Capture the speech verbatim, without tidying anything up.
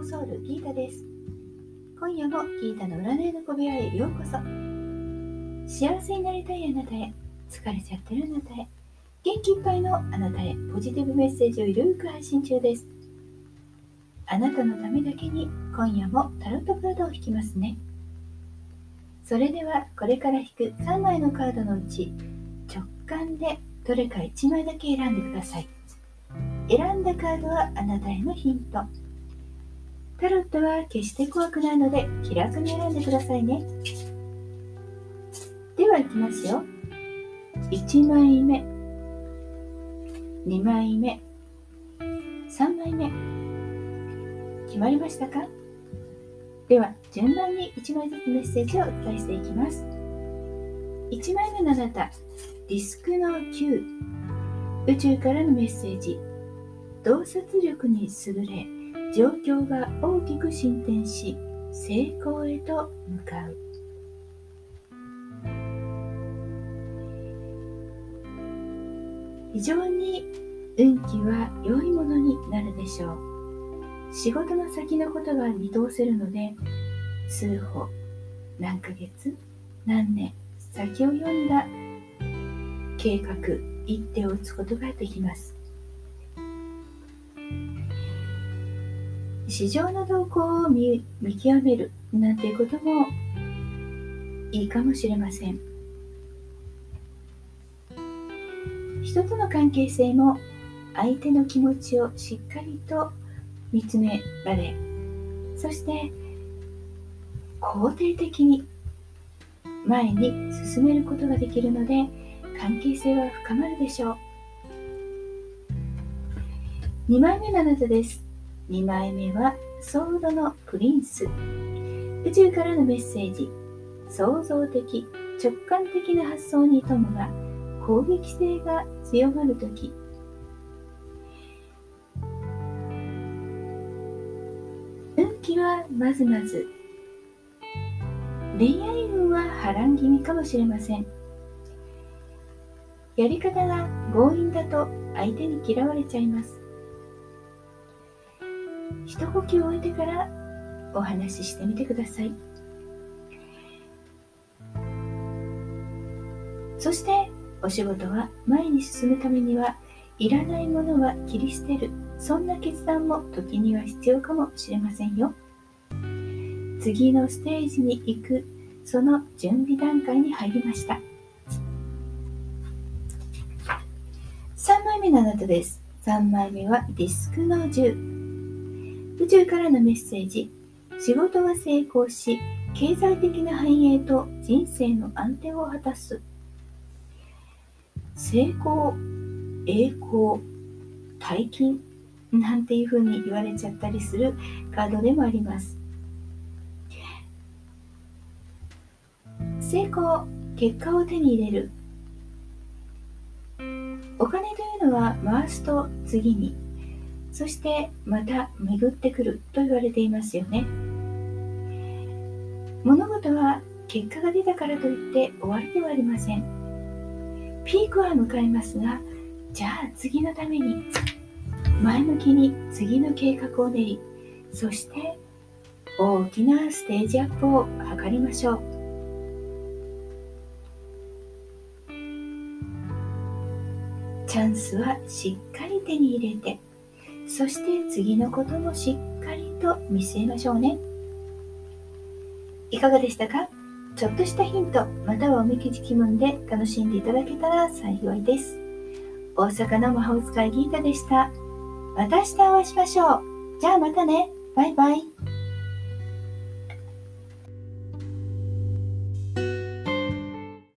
考ソウルギータです。今夜もギータの占いの小部屋へようこそ。幸せになりたいあなたへ、疲れちゃってるあなたへ、元気いっぱいのあなたへ、ポジティブメッセージをゆるく配信中です。あなたのためだけに今夜もタロットカードを引きますね。それではこれから引くさんまいのカードのうち、直感でどれかいちまいだけ選んでください。選んだカードはあなたへのヒント。タロットは決して怖くないので気楽に選んでくださいね。ではいきますよ。いちまいめ、にまいめ、さんまいめ。決まりましたか？では順番にいちまいずつメッセージをお伝えしていきます。いちまいめのあなた、リスクのきゅう。宇宙からのメッセージ。洞察力に優れ、状況が大きく進展し、成功へと向かう。非常に運気は良いものになるでしょう。仕事の先のことが見通せるので、数歩、何ヶ月、何年先を読んだ計画、一手を打つことができます。市場の動向を 見, 見極めるなんていうこともいいかもしれません。人との関係性も相手の気持ちをしっかりと見つめられ、そして肯定的に前に進めることができるので、関係性は深まるでしょう。にまいめのあなたです。にまいめはソードのプリンス。宇宙からのメッセージ。創造的、直感的な発想に富むが、攻撃性が強まるとき。運気はまずまず。恋愛運は波乱気味かもしれません。やり方が強引だと相手に嫌われちゃいます。一呼吸置いてからお話ししてみてください。そしてお仕事は前に進むためにはいらないものは切り捨てる、そんな決断も時には必要かもしれませんよ。次のステージに行くその準備段階に入りました。さんまいめのあなたです。さんまいめはディスクのじゅう。宇宙からのメッセージ。仕事が成功し、経済的な繁栄と人生の安定を果たす。成功、栄光、大金なんていう風に言われちゃったりするカードでもあります。成功、結果を手に入れる。お金というのは回すと次に、そしてまた巡ってくると言われていますよね。物事は結果が出たからといって終わりではありません。ピークは迎えますが、じゃあ次のために前向きに次の計画を練り、そして大きなステージアップを図りましょう。チャンスはしっかり手に入れて、そして次のこともしっかりと見据えましょうね。いかがでしたか？ちょっとしたヒント、またはおみくじ気分で楽しんでいただけたら幸いです。大阪の魔法使いギータでした。また明日お会いしましょう。じゃあまたね。バイバイ。